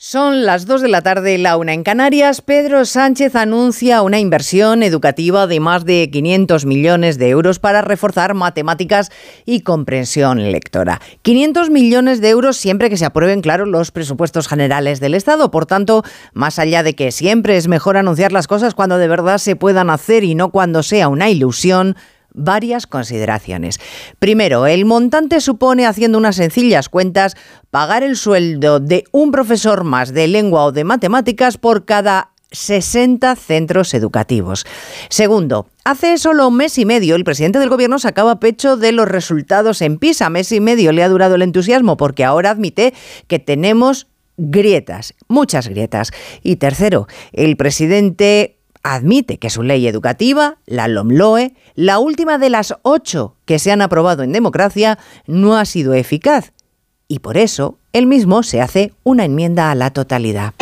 Son las 2 de la tarde, la 1 en Canarias. Pedro Sánchez anuncia una inversión educativa de más de 500 millones de euros para reforzar matemáticas y comprensión lectora. 500 millones de euros siempre que se aprueben, claro, los presupuestos generales del Estado. Por tanto, más allá de que siempre es mejor anunciar las cosas cuando de verdad se puedan hacer y no cuando sea una ilusión, varias consideraciones. Primero, el montante supone, haciendo unas sencillas cuentas, pagar el sueldo de un profesor más de lengua o de matemáticas por cada 60 centros educativos. Segundo, hace solo un mes y medio el presidente del gobierno sacaba pecho de los resultados en PISA. Mes y medio le ha durado el entusiasmo porque ahora admite que tenemos grietas, muchas grietas. Y tercero, el presidente admite que su ley educativa, la LOMLOE, la última de las 8 que se han aprobado en democracia, no ha sido eficaz. Y por eso, él mismo se hace una enmienda a la totalidad.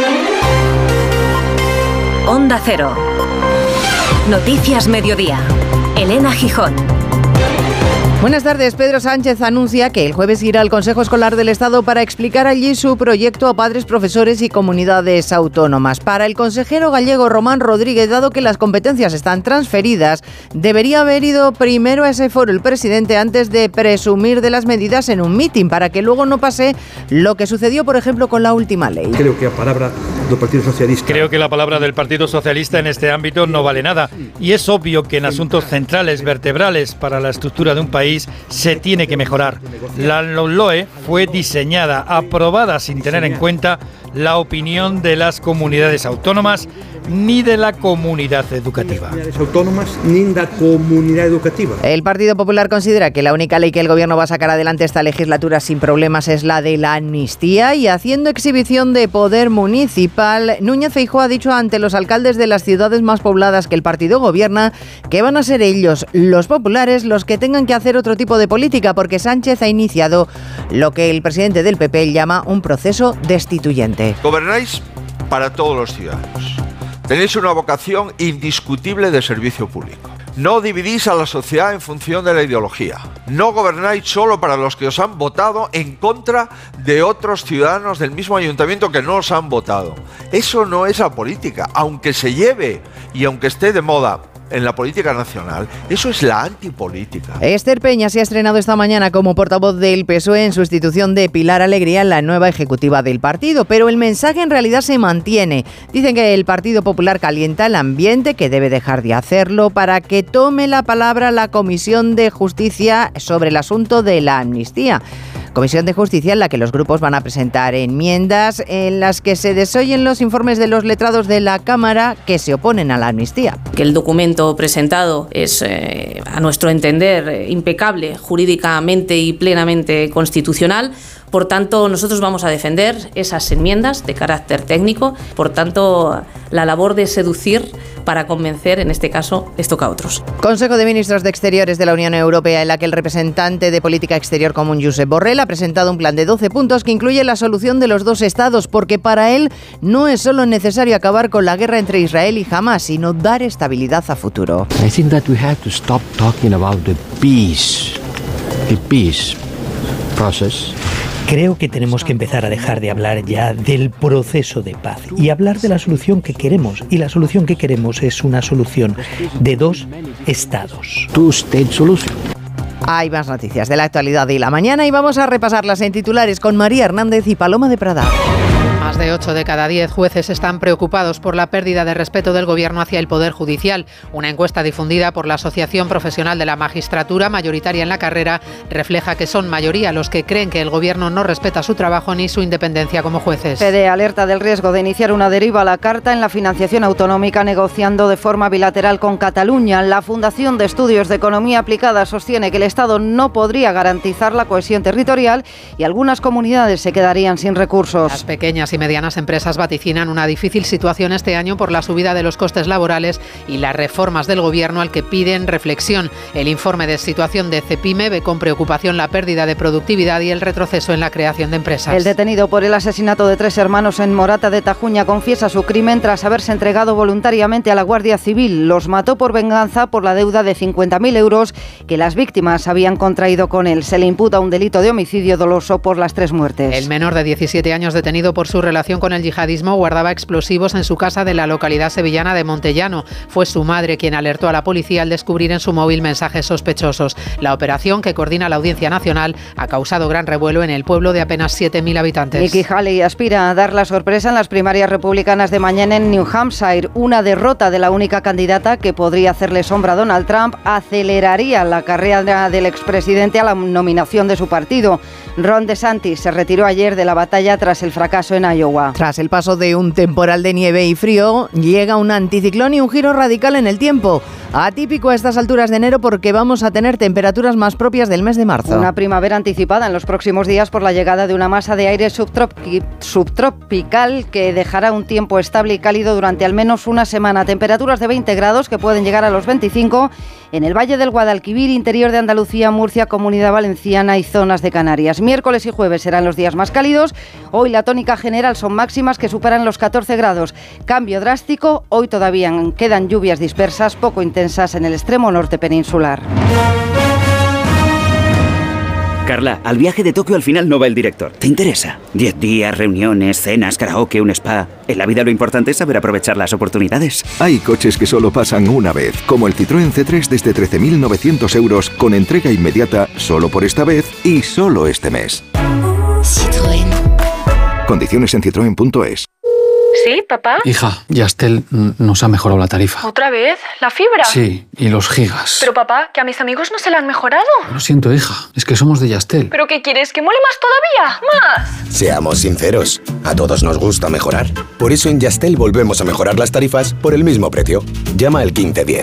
Onda Cero. Noticias Mediodía. Elena Gijón. Buenas tardes. Pedro Sánchez anuncia que el jueves irá al Consejo Escolar del Estado para explicar allí su proyecto a padres, profesores y comunidades autónomas. Para el consejero gallego Román Rodríguez, dado que las competencias están transferidas, debería haber ido primero a ese foro el presidente antes de presumir de las medidas en un mitin, para que luego no pase lo que sucedió, por ejemplo, con la última ley. Creo que la palabra del Partido Socialista. Creo que la palabra del Partido Socialista en este ámbito no vale nada. Y es obvio que en asuntos centrales, vertebrales para la estructura de un país, se tiene que mejorar. La LOMLOE fue diseñada, aprobada sin tener en cuenta la opinión de las comunidades autónomas ni de la comunidad educativa. El Partido Popular considera que la única ley que el gobierno va a sacar adelante esta legislatura sin problemas es la de la amnistía, y haciendo exhibición de poder municipal, Núñez Feijóo ha dicho ante los alcaldes de las ciudades más pobladas que el partido gobierna que van a ser ellos, los populares, los que tengan que hacer otro tipo de política, porque Sánchez ha iniciado lo que el presidente del PP llama un proceso destituyente. Gobernáis para todos los ciudadanos. Tenéis una vocación indiscutible de servicio público. No dividís a la sociedad en función de la ideología. No gobernáis solo para los que os han votado en contra de otros ciudadanos del mismo ayuntamiento que no os han votado. Eso no es la política, aunque se lleve y aunque esté de moda en la política nacional, eso es la antipolítica. Esther Peña se ha estrenado esta mañana como portavoz del PSOE en sustitución de Pilar Alegría en la nueva ejecutiva del partido, pero el mensaje en realidad se mantiene. Dicen que el Partido Popular calienta el ambiente, que debe dejar de hacerlo, para que tome la palabra la Comisión de Justicia sobre el asunto de la amnistía. Comisión de Justicia en la que los grupos van a presentar enmiendas en las que se desoyen los informes de los letrados de la Cámara que se oponen a la amnistía. Que el documento presentado es, a nuestro entender, impecable, jurídicamente y plenamente constitucional. Por tanto, nosotros vamos a defender esas enmiendas de carácter técnico. Por tanto, la labor de seducir para convencer, en este caso, les toca a otros. Consejo de Ministros de Exteriores de la Unión Europea, en la que el representante de Política Exterior común, Josep Borrell, ha presentado un plan de 12 puntos que incluye la solución de los dos estados, porque para él no es solo necesario acabar con la guerra entre Israel y Hamás, sino dar estabilidad a futuro. I think that we have to stop talking about the peace process. Creo que tenemos que empezar a dejar de hablar ya del proceso de paz y hablar de la solución que queremos. Y la solución que queremos es una solución de dos estados. Two-state solution. Hay más noticias de la actualidad y la mañana y vamos a repasarlas en titulares con María Hernández y Paloma de Prada. Más de 8 de cada 10 jueces están preocupados por la pérdida de respeto del Gobierno hacia el Poder Judicial. Una encuesta difundida por la Asociación Profesional de la Magistratura, mayoritaria en la carrera, refleja que son mayoría los que creen que el Gobierno no respeta su trabajo ni su independencia como jueces. FEDE alerta del riesgo de iniciar una deriva a la carta en la financiación autonómica, negociando de forma bilateral con Cataluña. La Fundación de Estudios de Economía Aplicada sostiene que el Estado no podría garantizar la cohesión territorial y algunas comunidades se quedarían sin recursos. Las pequeñas y medianas empresas vaticinan una difícil situación este año por la subida de los costes laborales y las reformas del Gobierno, al que piden reflexión. El informe de situación de Cepime ve con preocupación la pérdida de productividad y el retroceso en la creación de empresas. El detenido por el asesinato de 3 hermanos en Morata de Tajuña confiesa su crimen tras haberse entregado voluntariamente a la Guardia Civil. Los mató por venganza por la deuda de 50.000 euros que las víctimas víctimas habían contraído con él. Se le imputa un delito de homicidio doloso por las 3 muertes. El menor de 17 años detenido por su relación con el yihadismo guardaba explosivos en su casa de la localidad sevillana de Montellano. Fue su madre quien alertó a la policía al descubrir en su móvil mensajes sospechosos. La operación, que coordina la Audiencia Nacional, ha causado gran revuelo en el pueblo de apenas 7.000 habitantes. Nikki Haley aspira a dar la sorpresa en las primarias republicanas de mañana en New Hampshire. Una derrota de la única candidata que podría hacerle sombra a Donald Trump aceleraría la carrera del expresidente a la nominación de su partido. Ron DeSantis se retiró ayer de la batalla tras el fracaso en Iowa. Tras el paso de un temporal de nieve y frío, llega un anticiclón y un giro radical en el tiempo. Atípico a estas alturas de enero porque vamos a tener temperaturas más propias del mes de marzo. Una primavera anticipada en los próximos días por la llegada de una masa de aire subtropical que dejará un tiempo estable y cálido durante al menos una semana. Temperaturas de 20 grados que pueden llegar a los 25 en el Valle del Guadalquivir, interior de Andalucía, Murcia, Comunidad Valenciana y zonas de Canarias. Miércoles y jueves serán los días más cálidos. Hoy la tónica general son máximas que superan los 14 grados. Cambio drástico, hoy todavía quedan lluvias dispersas, poco intensas en el extremo norte peninsular. Carla, al viaje de Tokio al final no va el director. ¿Te interesa? 10 días, reuniones, cenas, karaoke, un spa. En la vida lo importante es saber aprovechar las oportunidades. Hay coches que solo pasan una vez, como el Citroën C3 desde 13.900 euros con entrega inmediata solo por esta vez y solo este mes. Citroën. Condiciones en citroen.es. ¿Sí, papá? Hija, Yastel nos ha mejorado la tarifa. ¿Otra vez? ¿La fibra? Sí, y los gigas. Pero papá, que a mis amigos no se la han mejorado. Lo siento, hija, es que somos de Yastel. ¿Pero qué quieres? ¿Que mole más todavía? ¡Más! Seamos sinceros, a todos nos gusta mejorar. Por eso en Yastel volvemos a mejorar las tarifas por el mismo precio. Llama al 1510.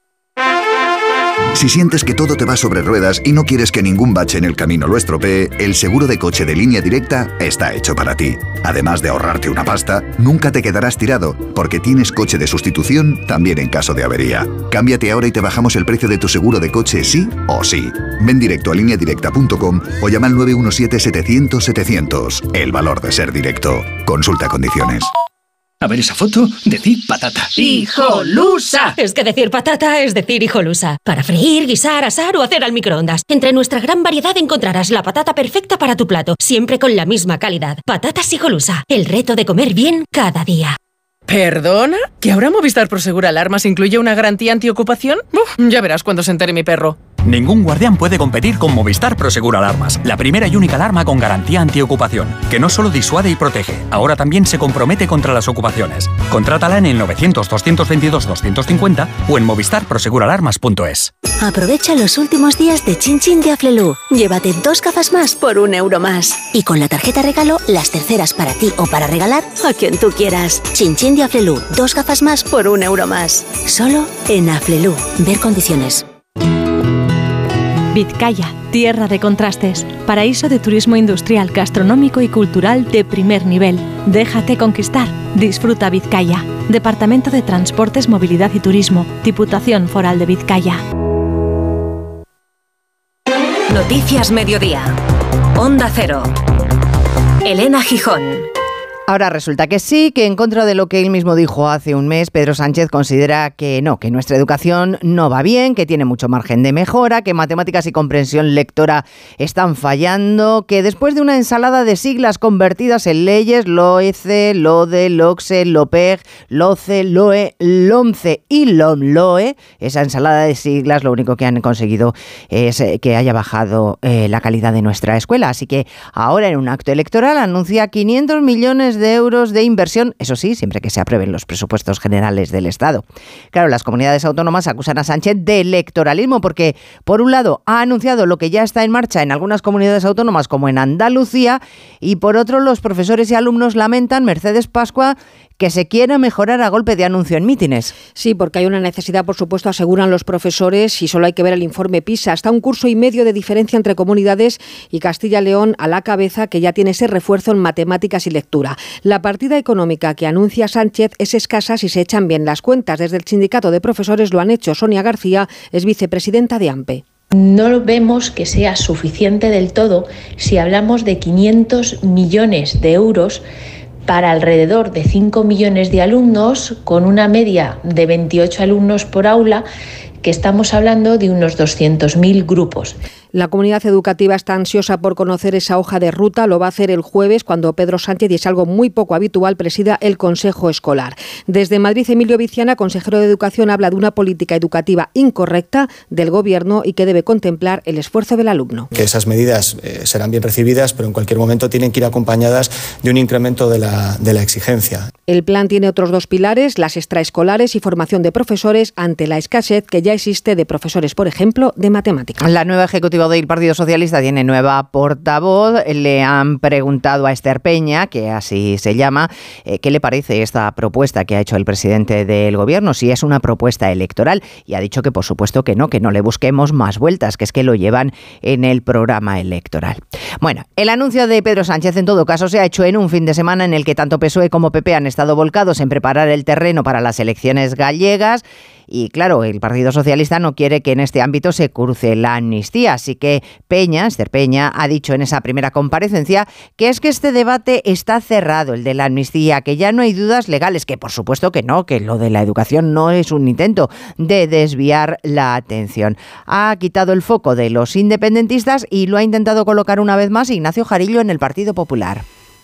Si sientes que todo te va sobre ruedas y no quieres que ningún bache en el camino lo estropee, el seguro de coche de Línea Directa está hecho para ti. Además de ahorrarte una pasta, nunca te quedarás tirado, porque tienes coche de sustitución también en caso de avería. Cámbiate ahora y te bajamos el precio de tu seguro de coche sí o sí. Ven directo a lineadirecta.com o llama al 917-700-700. El valor de ser directo. Consulta condiciones. A ver esa foto, decir patata. ¡Hijolusa! Es que decir patata es decir hijolusa. Para freír, guisar, asar o hacer al microondas. Entre nuestra gran variedad encontrarás la patata perfecta para tu plato, siempre con la misma calidad. Patatas Hijolusa, el reto de comer bien cada día. ¿Perdona? ¿Que ahora Movistar Prosegur Alarmas incluye una garantía antiocupación? Ya verás cuando se entere mi perro. Ningún guardián puede competir con Movistar Prosegur Alarmas, la primera y única alarma con garantía antiocupación, que no solo disuade y protege, ahora también se compromete contra las ocupaciones. Contrátala en el 900-222-250 o en movistarproseguralarmas.es. Aprovecha los últimos días de Chin Chin de Aflelu. Llévate 2 gafas más por €1 más. Y con la tarjeta regalo, las terceras para ti o para regalar a quien tú quieras. Chin Chin de Aflelu, 2 gafas más por €1 más. Solo en Aflelu. Ver condiciones. Vizcaya, tierra de contrastes, paraíso de turismo industrial, gastronómico y cultural de primer nivel. Déjate conquistar. Disfruta Vizcaya. Departamento de Transportes, Movilidad y Turismo. Diputación Foral de Vizcaya. Noticias Mediodía. Onda Cero. Elena Gijón. Ahora resulta que sí, que en contra de lo que él mismo dijo hace un mes, Pedro Sánchez considera que no, que nuestra educación no va bien, que tiene mucho margen de mejora, que matemáticas y comprensión lectora están fallando, que después de una ensalada de siglas convertidas en leyes, LOECE, LODE, LOCSE, LOPEG, LOCE, LOE, LOMCE y LOMLOE, esa ensalada de siglas lo único que han conseguido es que haya bajado la calidad de nuestra escuela. Así que ahora en un acto electoral anuncia 500 millones de euros de inversión, eso sí, siempre que se aprueben los presupuestos generales del Estado. Claro, las comunidades autónomas acusan a Sánchez de electoralismo porque, por un lado, ha anunciado lo que ya está en marcha en algunas comunidades autónomas, como en Andalucía, y por otro, los profesores y alumnos lamentan, Mercedes Pascua, que se quiera mejorar a golpe de anuncio en mítines. Sí, porque hay una necesidad, por supuesto, aseguran los profesores, y solo hay que ver el informe PISA. Hasta 1,5 cursos de diferencia entre comunidades y Castilla y León a la cabeza, que ya tiene ese refuerzo en matemáticas y lectura. La partida económica que anuncia Sánchez es escasa si se echan bien las cuentas. Desde el sindicato de profesores lo han hecho. Sonia García es vicepresidenta de AMPE. No vemos que sea suficiente del todo si hablamos de 500 millones de euros para alrededor de 5 millones de alumnos, con una media de 28 alumnos por aula, que estamos hablando de unos 200.000 grupos. La comunidad educativa está ansiosa por conocer esa hoja de ruta. Lo va a hacer el jueves cuando Pedro Sánchez, y es algo muy poco habitual, presida el Consejo Escolar. Desde Madrid, Emilio Viciana, consejero de Educación, habla de una política educativa incorrecta del Gobierno y que debe contemplar el esfuerzo del alumno. Que esas medidas serán bien recibidas, pero en cualquier momento tienen que ir acompañadas de un incremento de la exigencia. El plan tiene otros 2 pilares, las extraescolares y formación de profesores ante la escasez que ya existe de profesores, por ejemplo, de matemáticas. La nueva ejecutiva del Partido Socialista tiene nueva portavoz. Le han preguntado a Esther Peña, que así se llama, qué le parece esta propuesta que ha hecho el presidente del Gobierno, si es una propuesta electoral, y ha dicho que por supuesto que no le busquemos más vueltas, que es que lo llevan en el programa electoral. Bueno, el anuncio de Pedro Sánchez en todo caso se ha hecho en un fin de semana en el que tanto PSOE como PP han estado volcados en preparar el terreno para las elecciones gallegas. Y claro, el Partido Socialista no quiere que en este ámbito se cruce la amnistía, así que Esther Peña, ha dicho en esa primera comparecencia que es que este debate está cerrado, el de la amnistía, que ya no hay dudas legales, que por supuesto que no, que lo de la educación no es un intento de desviar la atención. Ha quitado el foco de los independentistas y lo ha intentado colocar una vez más Ignacio Jarillo en el Partido Popular.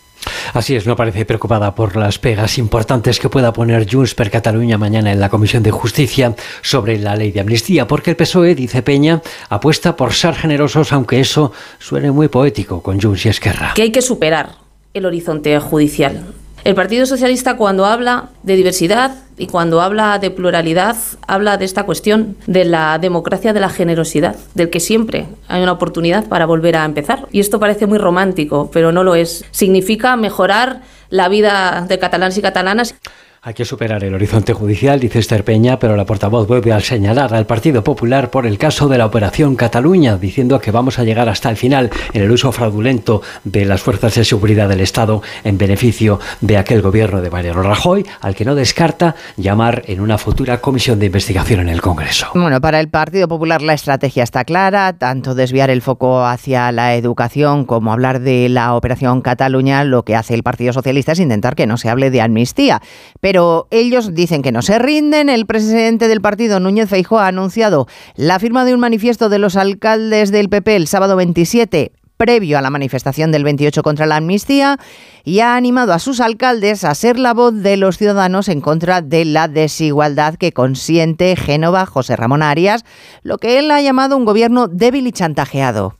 Así es, no parece preocupada por las pegas importantes que pueda poner Junts per Catalunya mañana en la Comisión de Justicia sobre la ley de amnistía, porque el PSOE, dice Peña, apuesta por ser generosos, aunque eso suene muy poético con Junts y Esquerra. Que hay que superar el horizonte judicial. El Partido Socialista, cuando habla de diversidad y cuando habla de pluralidad, habla de esta cuestión de la democracia, de la generosidad, del que siempre hay una oportunidad para volver a empezar. Y esto parece muy romántico, pero no lo es. Significa mejorar la vida de catalanes y catalanas. Hay que superar el horizonte judicial, dice Esther Peña, pero la portavoz vuelve a señalar al Partido Popular por el caso de la Operación Cataluña, diciendo que vamos a llegar hasta el final en el uso fraudulento de las fuerzas de seguridad del Estado en beneficio de aquel gobierno de Mariano Rajoy, al que no descarta llamar en una futura comisión de investigación en el Congreso. Bueno, para el Partido Popular la estrategia está clara, tanto desviar el foco hacia la educación como hablar de la Operación Cataluña. Lo que hace el Partido Socialista es intentar que no se hable de amnistía. Pero ellos dicen que no se rinden. El presidente del partido, Núñez Feijóo, ha anunciado la firma de un manifiesto de los alcaldes del PP el sábado 27, previo a la manifestación del 28 contra la amnistía, y ha animado a sus alcaldes a ser la voz de los ciudadanos en contra de la desigualdad que consiente Génova José Ramón Arias, lo que él ha llamado un gobierno débil y chantajeado.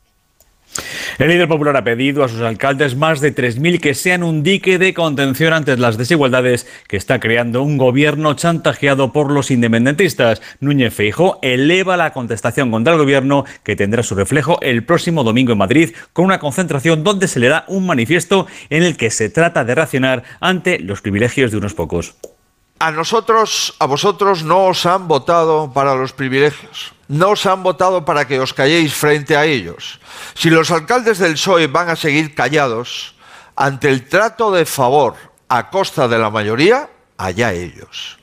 El líder popular ha pedido a sus alcaldes, más de 3.000, que sean un dique de contención ante las desigualdades que está creando un gobierno chantajeado por los independentistas. Núñez Feijóo eleva la contestación contra el gobierno, que tendrá su reflejo el próximo domingo en Madrid, con una concentración donde se le da un manifiesto en el que se trata de reaccionar ante los privilegios de unos pocos. A vosotros no os han votado para los privilegios. No os han votado para que os calléis frente a ellos. Si los alcaldes del PSOE van a seguir callados ante el trato de favor a costa de la mayoría, allá ellos.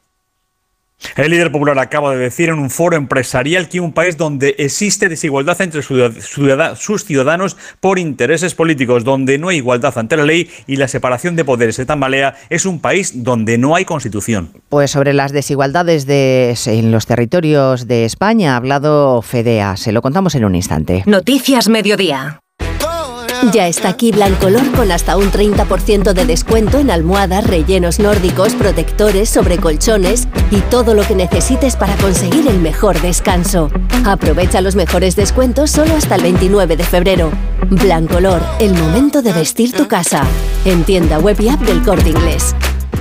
El líder popular acaba de decir en un foro empresarial que un país donde existe desigualdad entre sus ciudadanos por intereses políticos, donde no hay igualdad ante la ley y la separación de poderes se tambalea, es un país donde no hay constitución. Pues sobre las desigualdades en los territorios de España ha hablado Fedea. Se lo contamos en un instante. Noticias Mediodía. Ya está aquí Blancolor con hasta un 30% de descuento en almohadas, rellenos nórdicos, protectores, sobrecolchones y todo lo que necesites para conseguir el mejor descanso. Aprovecha los mejores descuentos solo hasta el 29 de febrero. Blancolor, el momento de vestir tu casa. En tienda web y app del Corte Inglés.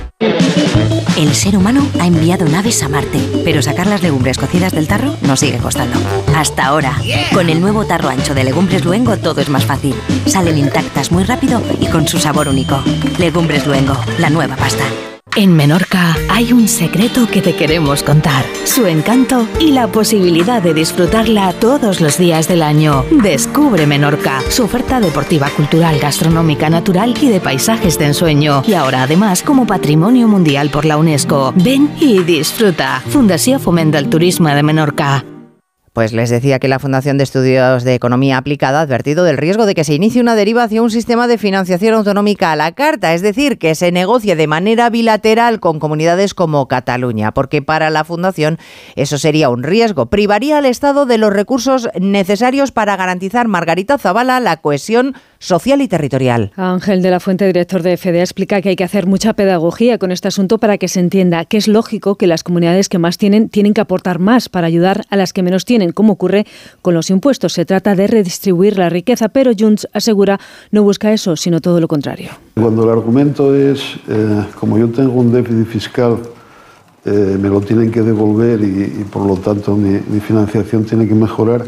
El ser humano ha enviado naves a Marte, pero sacar las legumbres cocidas del tarro nos sigue costando. Hasta ahora. Con el nuevo tarro ancho de Legumbres Luengo todo es más fácil. Salen intactas muy rápido y con su sabor único. Legumbres Luengo, la nueva pasta. En Menorca hay un secreto que te queremos contar. Su encanto y la posibilidad de disfrutarla todos los días del año. Descubre Menorca, su oferta deportiva, cultural, gastronómica, natural y de paisajes de ensueño. Y ahora además como Patrimonio Mundial por la UNESCO. Ven y disfruta. Fundació Foment del Turisme de Menorca. Pues les decía que la Fundación de Estudios de Economía Aplicada ha advertido del riesgo de que se inicie una deriva hacia un sistema de financiación autonómica a la carta, es decir, que se negocie de manera bilateral con comunidades como Cataluña, porque para la Fundación eso sería un riesgo, privaría al Estado de los recursos necesarios para garantizar, Margarita Zavala, la cohesión social y territorial. Ángel de la Fuente, director de FDA, explica que hay que hacer mucha pedagogía con este asunto para que se entienda que es lógico que las comunidades que más tienen que aportar más para ayudar a las que menos tienen, como ocurre con los impuestos. Se trata de redistribuir la riqueza, pero Junts asegura no busca eso, sino todo lo contrario. Cuando el argumento es, como yo tengo un déficit fiscal, me lo tienen que devolver y por lo tanto mi financiación tiene que mejorar,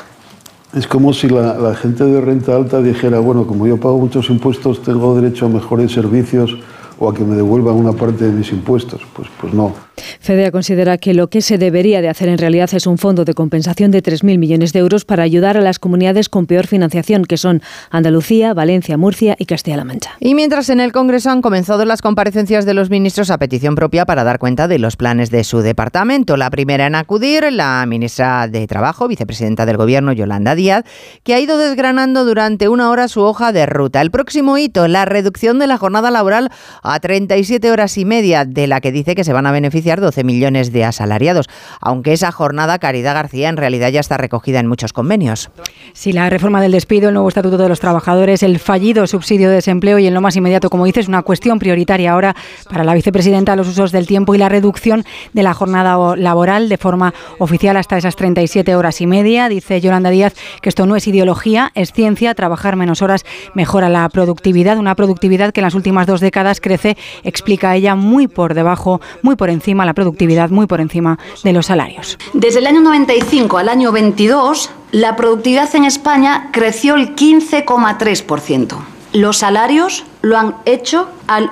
es como si la gente de renta alta dijera, bueno, como yo pago muchos impuestos, tengo derecho a mejores servicios o a que me devuelvan una parte de mis impuestos. Pues no. FDA considera que lo que se debería de hacer en realidad es un fondo de compensación de 3.000 millones de euros para ayudar a las comunidades con peor financiación, que son Andalucía, Valencia, Murcia y Castilla-La Mancha. Y mientras en el Congreso han comenzado las comparecencias de los ministros a petición propia para dar cuenta de los planes de su departamento. La primera en acudir, la ministra de Trabajo, vicepresidenta del Gobierno, Yolanda Díaz, que ha ido desgranando durante una hora su hoja de ruta. El próximo hito, la reducción de la jornada laboral a 37 horas y media, de la que dice que se van a beneficiar 12 millones de asalariados, aunque esa jornada, Caridad García, en realidad ya está recogida en muchos convenios. Sí, la reforma del despido, el nuevo Estatuto de los Trabajadores, el fallido subsidio de desempleo y en lo más inmediato, como dices, una cuestión prioritaria ahora para la vicepresidenta, los usos del tiempo y la reducción de la jornada laboral de forma oficial hasta esas 37 horas y media. Dice Yolanda Díaz que esto no es ideología, es ciencia, trabajar menos horas mejora la productividad, una productividad que en las últimas 2 décadas crece, explica ella, muy por debajo, muy por encima, la productividad muy por encima de los salarios. Desde el año 95 al año 22, la productividad en España creció el 15,3%. Los salarios lo han hecho al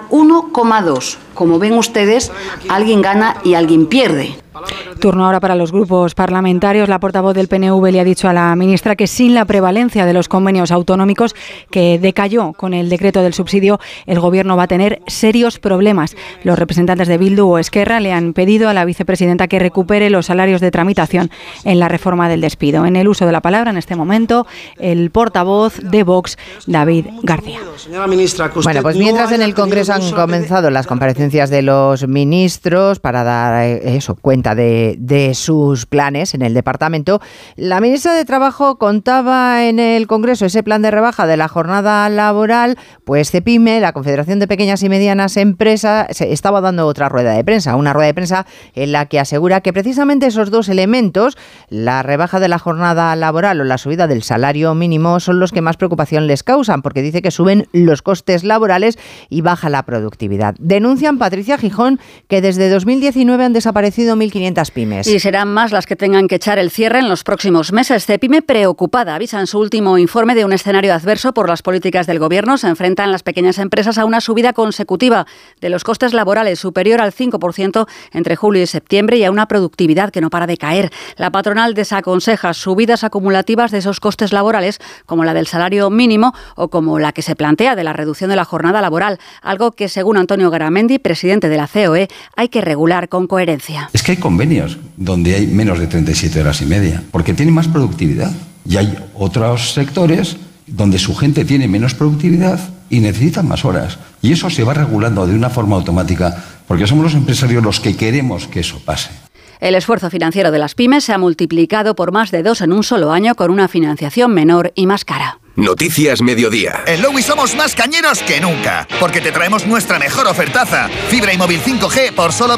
1,2%. Como ven ustedes, alguien gana y alguien pierde. Turno ahora para los grupos parlamentarios. La portavoz del PNV le ha dicho a la ministra que sin la prevalencia de los convenios autonómicos que decayó con el decreto del subsidio, el Gobierno va a tener serios problemas. Los representantes de Bildu o Esquerra le han pedido a la vicepresidenta que recupere los salarios de tramitación en la reforma del despido. En el uso de la palabra, en este momento, el portavoz de Vox, David García. Bueno, pues mientras en el Congreso han comenzado las comparecencias de los ministros para dar cuenta de sus planes en el departamento, la ministra de Trabajo contaba en el Congreso ese plan de rebaja de la jornada laboral. Pues CEPIME, la Confederación de Pequeñas y Medianas Empresas, estaba dando otra rueda de prensa, una rueda de prensa en la que asegura que precisamente esos dos elementos, la rebaja de la jornada laboral o la subida del salario mínimo, son los que más preocupación les causan, porque dice que suben los costes laborales y baja la productividad. Denuncian, Patricia Gijón, que desde 2019 han desaparecido 1.500 pymes. Y serán más las que tengan que echar el cierre en los próximos meses. CEPIME preocupada, avisa en su último informe de un escenario adverso por las políticas del Gobierno. Se enfrentan las pequeñas empresas a una subida consecutiva de los costes laborales superior al 5% entre julio y septiembre y a una productividad que no para de caer. La patronal desaconseja subidas acumulativas de esos costes laborales, como la del salario mínimo o como la que se plantea de la reducción de la jornada laboral, algo que, según Antonio Garamendi, presidente de la COE, hay que regular con coherencia. Es que hay convenios donde hay menos de 37 horas y media, porque tienen más productividad. Y hay otros sectores donde su gente tiene menos productividad y necesitan más horas. Y eso se va regulando de una forma automática, porque somos los empresarios los que queremos que eso pase. El esfuerzo financiero de las pymes se ha multiplicado por más de 2 en un solo año con una financiación menor y más cara. Noticias Mediodía. En Lowy somos más cañeros que nunca, porque te traemos nuestra mejor ofertaza. Fibra y móvil 5G por solo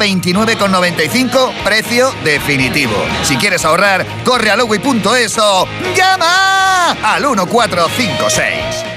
29,95, precio definitivo. Si quieres ahorrar, corre a lowy.es o llama al 1456.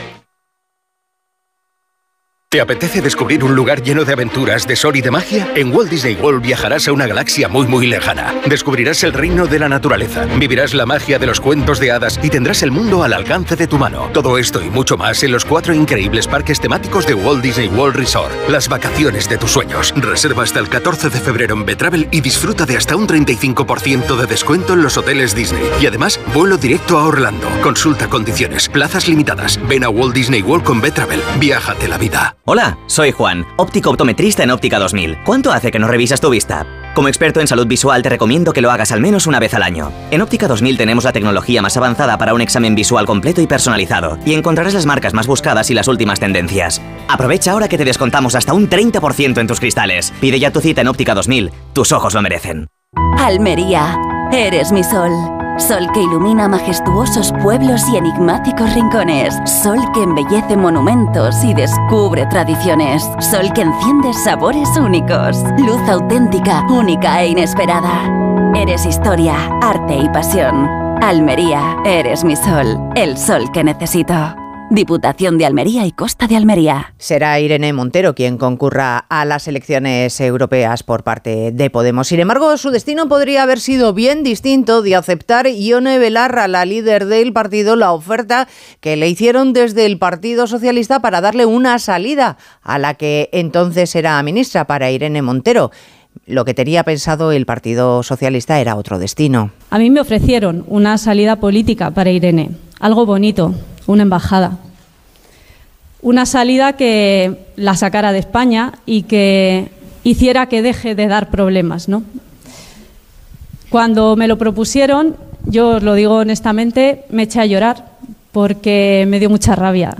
¿Te apetece descubrir un lugar lleno de aventuras, de sol y de magia? En Walt Disney World viajarás a una galaxia muy muy lejana. Descubrirás el reino de la naturaleza, vivirás la magia de los cuentos de hadas y tendrás el mundo al alcance de tu mano. Todo esto y mucho más en los 4 increíbles parques temáticos de Walt Disney World Resort. Las vacaciones de tus sueños. Reserva hasta el 14 de febrero en Betravel y disfruta de hasta un 35% de descuento en los hoteles Disney. Y además, vuelo directo a Orlando. Consulta condiciones, plazas limitadas. Ven a Walt Disney World con Betravel. Viájate la vida. Hola, soy Juan, óptico optometrista en Óptica 2000. ¿Cuánto hace que no revisas tu vista? Como experto en salud visual te recomiendo que lo hagas al menos una vez al año. En Óptica 2000 tenemos la tecnología más avanzada para un examen visual completo y personalizado, y encontrarás las marcas más buscadas y las últimas tendencias. Aprovecha ahora que te descontamos hasta un 30% en tus cristales. Pide ya tu cita en Óptica 2000. Tus ojos lo merecen. Almería, eres mi sol. Sol que ilumina majestuosos pueblos y enigmáticos rincones. Sol que embellece monumentos y descubre tradiciones. Sol que enciende sabores únicos. Luz auténtica, única e inesperada. Eres historia, arte y pasión. Almería, eres mi sol. El sol que necesito. Diputación de Almería y Costa de Almería. Será Irene Montero quien concurra a las elecciones europeas por parte de Podemos. Sin embargo, su destino podría haber sido bien distinto de aceptar Ione Belarra, la líder del partido, la oferta que le hicieron desde el Partido Socialista para darle una salida a la que entonces era ministra, para Irene Montero. Lo que tenía pensado el Partido Socialista era otro destino. A mí me ofrecieron una salida política para Irene, algo bonito, una embajada. Una salida que la sacara de España y que hiciera que deje de dar problemas, ¿no? Cuando me lo propusieron, yo os lo digo honestamente, me eché a llorar porque me dio mucha rabia.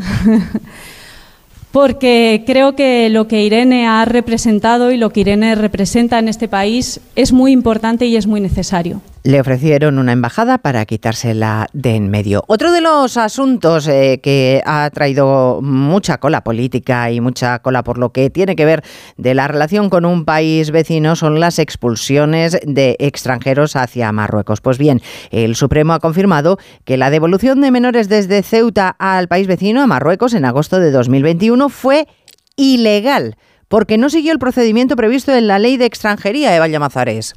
Porque creo que lo que Irene ha representado y lo que Irene representa en este país es muy importante y es muy necesario. Le ofrecieron una embajada para quitársela de en medio. Otro de los asuntos que ha traído mucha cola política y mucha cola por lo que tiene que ver de la relación con un país vecino son las expulsiones de extranjeros hacia Marruecos. Pues bien, el Supremo ha confirmado que la devolución de menores desde Ceuta al país vecino, a Marruecos, en agosto de 2021 fue ilegal, porque no siguió el procedimiento previsto en la Ley de Extranjería, Eva Llamazares.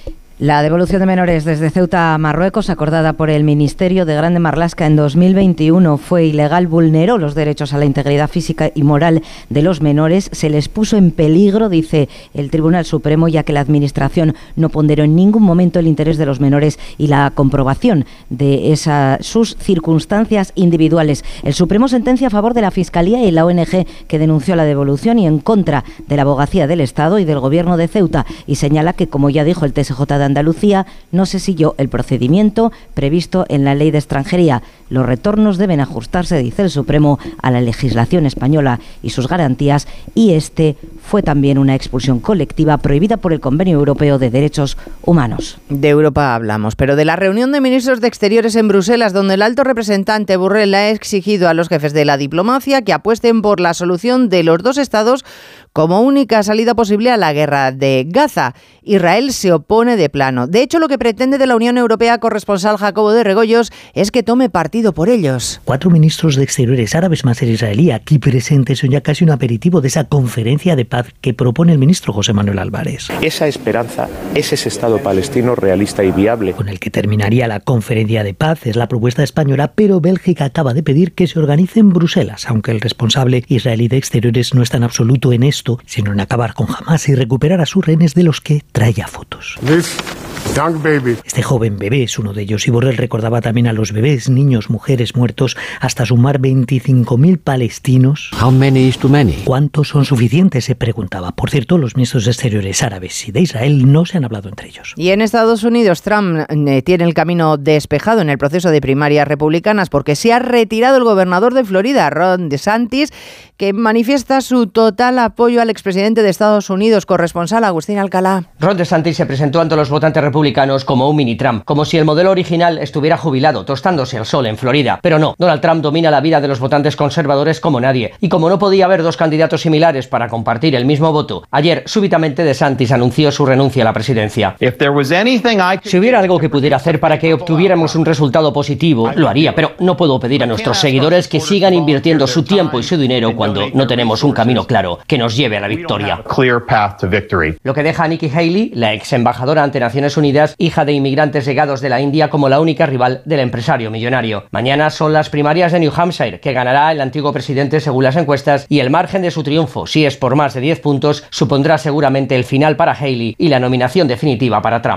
La devolución de menores desde Ceuta a Marruecos, acordada por el Ministerio de Grande Marlaska en 2021, fue ilegal, vulneró los derechos a la integridad física y moral de los menores, se les puso en peligro, dice el Tribunal Supremo, ya que la Administración no ponderó en ningún momento el interés de los menores y la comprobación de sus circunstancias individuales. El Supremo sentencia a favor de la Fiscalía y la ONG que denunció la devolución y en contra de la Abogacía del Estado y del Gobierno de Ceuta, y señala que, como ya dijo el TSJ de Andalucía, no se siguió el procedimiento previsto en la Ley de Extranjería. Los retornos deben ajustarse, dice el Supremo, a la legislación española y sus garantías, y este fue también una expulsión colectiva prohibida por el Convenio Europeo de Derechos Humanos. De Europa hablamos, pero de la reunión de ministros de Exteriores en Bruselas, donde el alto representante Borrell ha exigido a los jefes de la diplomacia que apuesten por la solución de los dos estados como única salida posible a la guerra de Gaza. Israel se opone de plano. De hecho, lo que pretende de la Unión Europea, corresponsal Jacobo de Regoyos, es que tome partido por ellos. 4 ministros de Exteriores árabes más el israelí aquí presentes son ya casi un aperitivo de esa conferencia de paz que propone el ministro José Manuel Álvarez. Esa esperanza es ese Estado palestino realista y viable, con el que terminaría la conferencia de paz, es la propuesta española, pero Bélgica acaba de pedir que se organice en Bruselas, aunque el responsable israelí de Exteriores no está en absoluto en esto, sino en acabar con Hamás y recuperar a sus rehenes, de los que traía fotos. Este joven bebé es uno de ellos, y Borrell recordaba también a los bebés, niños, mujeres muertos, hasta sumar 25.000 palestinos. How many is too many? ¿Cuántos son suficientes?, se preguntaba. Por cierto, los ministros de Exteriores árabes y de Israel no se han hablado entre ellos. Y en Estados Unidos, Trump tiene el camino despejado en el proceso de primarias republicanas, porque se ha retirado el gobernador de Florida, Ron DeSantis, que manifiesta su total apoyo al expresidente de Estados Unidos. Corresponsal Agustín Alcalá. Ron DeSantis se presentó ante los votantes republicanos como un mini Trump, como si el modelo original estuviera jubilado, tostándose al sol en Florida. Pero no, Donald Trump domina la vida de los votantes conservadores como nadie, y como no podía haber dos candidatos similares para compartir el mismo voto, ayer súbitamente DeSantis anunció su renuncia a la presidencia. Si hubiera algo que pudiera hacer para que obtuviéramos un resultado positivo, lo haría, pero no puedo pedir a nuestros seguidores que sigan invirtiendo su tiempo y su dinero cuando no tenemos un camino claro que nos lleve a la victoria. Lo que deja a Nikki Haley, la ex embajadora ante Naciones Unidas, hija de inmigrantes llegados de la India, como la única rival del empresario millonario. Mañana son las primarias de New Hampshire, que ganará el antiguo presidente según las encuestas, y el margen de su triunfo, si es por más de 10 puntos, supondrá seguramente el final para Haley y la nominación definitiva para Trump.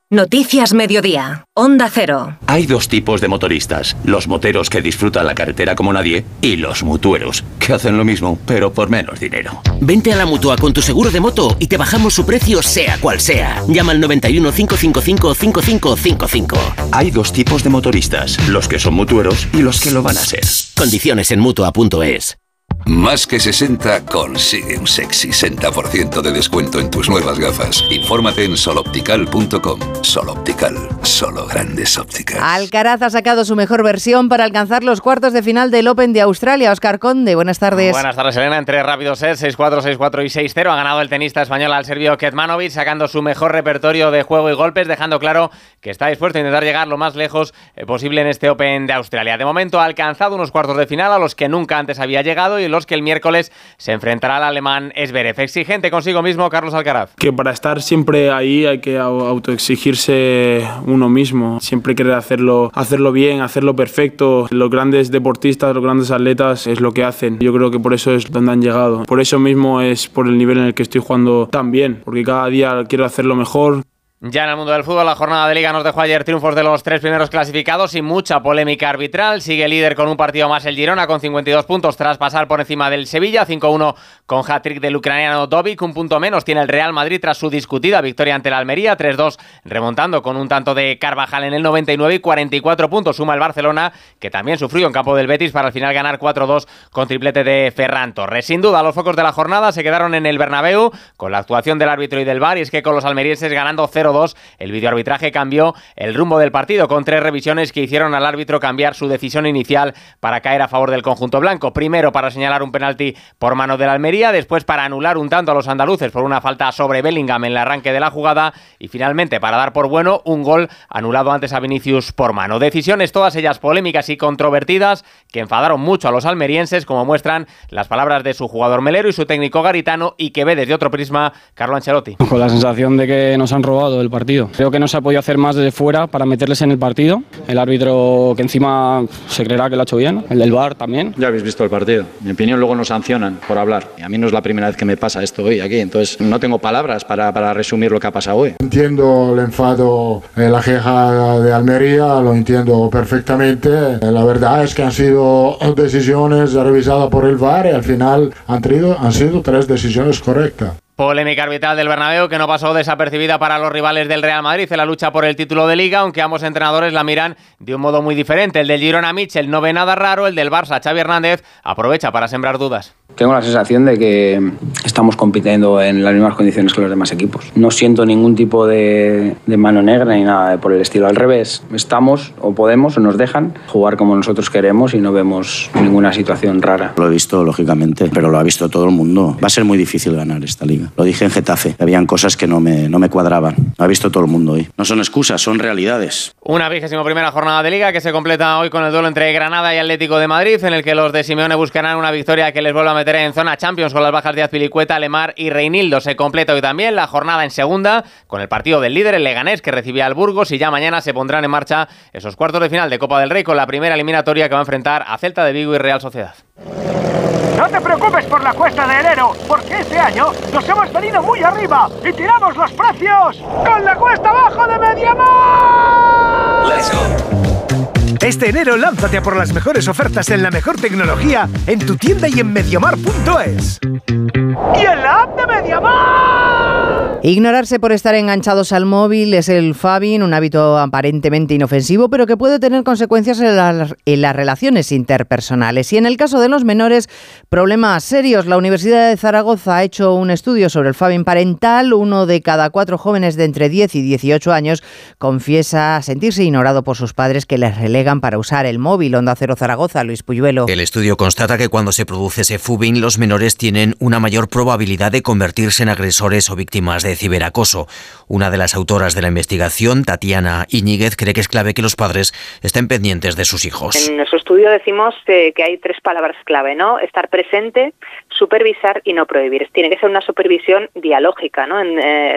Noticias Mediodía, Onda Cero. Hay dos tipos de motoristas, los moteros que disfrutan la carretera como nadie y los mutueros, que hacen lo mismo, pero por menos dinero. Vente a la Mutua con tu seguro de moto y te bajamos su precio sea cual sea. Llama al 91 555 5555. Hay dos tipos de motoristas, los que son mutueros y los que lo van a ser. Condiciones en Mutua.es. Más que 60 consigue un sexy 60% de descuento en tus nuevas gafas. Infórmate en soloptical.com. Soloptical, solo grandes ópticas. Alcaraz ha sacado su mejor versión para alcanzar los cuartos de final del Open de Australia. Óscar Conde, buenas tardes. Buenas tardes, Elena. En 3 rápidos sets, 6-4, 6-4 y 6-0 ha ganado el tenista español al serbio Kecmanovic, sacando su mejor repertorio de juego y golpes, dejando claro que está dispuesto a intentar llegar lo más lejos posible en este Open de Australia. De momento ha alcanzado unos cuartos de final a los que nunca antes había llegado y los que el miércoles se enfrentará al alemán Zverev. Exigente consigo mismo Carlos Alcaraz. Que para estar siempre ahí hay que autoexigirse uno mismo, siempre querer hacerlo bien, hacerlo perfecto. Los grandes deportistas, los grandes atletas es lo que hacen. Yo creo que por eso es donde han llegado. Por eso mismo es por el nivel en el que estoy jugando tan bien, porque cada día quiero hacerlo mejor. Ya en el mundo del fútbol, la jornada de Liga nos dejó ayer triunfos de los 3 primeros clasificados y mucha polémica arbitral. Sigue líder con un partido más el Girona con 52 puntos tras pasar por encima del Sevilla, 5-1 con hat-trick del ucraniano Dobic. Un punto menos tiene el Real Madrid tras su discutida victoria ante el Almería, 3-2 remontando con un tanto de Carvajal en el 99 y 44 puntos suma el Barcelona, que también sufrió en campo del Betis para al final ganar 4-2 con triplete de Ferran Torres. Sin duda, los focos de la jornada se quedaron en el Bernabéu con la actuación del árbitro y del VAR, y es que con los almerienses ganando 0-2, el videoarbitraje cambió el rumbo del partido con 3 revisiones que hicieron al árbitro cambiar su decisión inicial para caer a favor del conjunto blanco. Primero para señalar un penalti por mano del Almería, después para anular un tanto a los andaluces por una falta sobre Bellingham en el arranque de la jugada y finalmente para dar por bueno un gol anulado antes a Vinicius por mano. Decisiones todas ellas polémicas y controvertidas que enfadaron mucho a los almerienses, como muestran las palabras de su jugador Melero y su técnico garitano, y que ve desde otro prisma Carlo Ancelotti. Con la sensación de que nos han robado el partido. Creo que no se ha podido hacer más desde fuera para meterles en el partido. El árbitro, que encima se creerá que lo ha hecho bien, el del VAR también. Ya habéis visto el partido. En mi opinión, luego nos sancionan por hablar. Y a mí no es la primera vez que me pasa esto hoy aquí, entonces no tengo palabras para resumir lo que ha pasado hoy. Entiendo el enfado, la queja de Almería, lo entiendo perfectamente. La verdad es que han sido decisiones revisadas por el VAR y al final han sido 3 decisiones correctas. Polémica arbitral del Bernabéu que no pasó desapercibida para los rivales del Real Madrid en la lucha por el título de Liga, aunque ambos entrenadores la miran de un modo muy diferente. El del Girona, Michel, no ve nada raro. El del Barça, Xavi Hernández, aprovecha para sembrar dudas. Tengo la sensación de que estamos compitiendo en las mismas condiciones que los demás equipos. No siento ningún tipo de mano negra ni nada por el estilo. Al revés, estamos o podemos o nos dejan jugar como nosotros queremos y no vemos ninguna situación rara. Lo he visto, lógicamente, pero lo ha visto todo el mundo. Va a ser muy difícil ganar esta Liga. Lo dije en Getafe, habían cosas que no me cuadraban. Lo ha visto todo el mundo hoy. No son excusas, son realidades. Una 21ª jornada de Liga que se completa hoy con el duelo entre Granada y Atlético de Madrid, en el que los de Simeone buscarán una victoria que les vuelva a meter en zona Champions con las bajas de Azpilicueta, Lemar y Reinildo. Se completa hoy también la jornada en segunda con el partido del líder, el Leganés, que recibía al Burgos, y ya mañana se pondrán en marcha esos cuartos de final de Copa del Rey con la primera eliminatoria que va a enfrentar a Celta de Vigo y Real Sociedad. No te preocupes por la cuesta de enero, porque este año nos hemos venido muy arriba y tiramos los precios con la cuesta abajo de Mediamar. Let's go. Este enero lánzate a por las mejores ofertas en la mejor tecnología en tu tienda y en mediamar.es. ¡Y en la app de Mediamar! Ignorarse por estar enganchados al móvil es el fabbing, un hábito aparentemente inofensivo, pero que puede tener consecuencias en las relaciones interpersonales. Y en el caso de los menores, problemas serios. La Universidad de Zaragoza ha hecho un estudio sobre el fabbing parental. 1 de cada 4 jóvenes de entre 10 y 18 años confiesa sentirse ignorado por sus padres, que les relegan para usar el móvil. Onda Cero Zaragoza, Luis Puyuelo. El estudio constata que cuando se produce ese fabbing, los menores tienen una mayor probabilidad de convertirse en agresores o víctimas de ciberacoso. Una de las autoras de la investigación, Tatiana Iñiguez, cree que es clave que los padres estén pendientes de sus hijos. En nuestro estudio decimos que hay 3 palabras clave, ¿no? Estar presente, supervisar y no prohibir. Tiene que ser una supervisión dialógica, ¿no?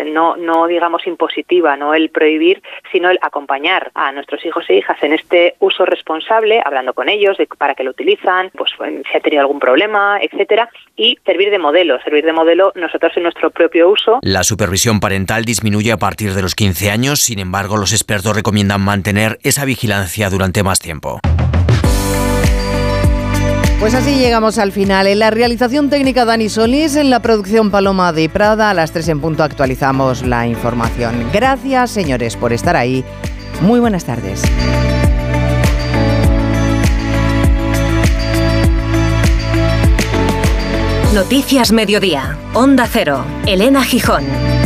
No digamos impositiva, no el prohibir, sino el acompañar a nuestros hijos e hijas en este uso responsable, hablando con ellos de para qué lo utilizan, pues si ha tenido algún problema, etcétera, y servir de modelo nosotros en nuestro propio uso. La supervisión parental disminuye a partir de los 15 años. Sin embargo, los expertos recomiendan mantener esa vigilancia durante más tiempo. Pues así llegamos al final. En la realización técnica Dani Solís, en la producción Paloma de Prada, a las 3 en punto actualizamos la información. Gracias, señores, por estar ahí. Muy buenas tardes. Noticias Mediodía. Onda Cero. Elena Gijón.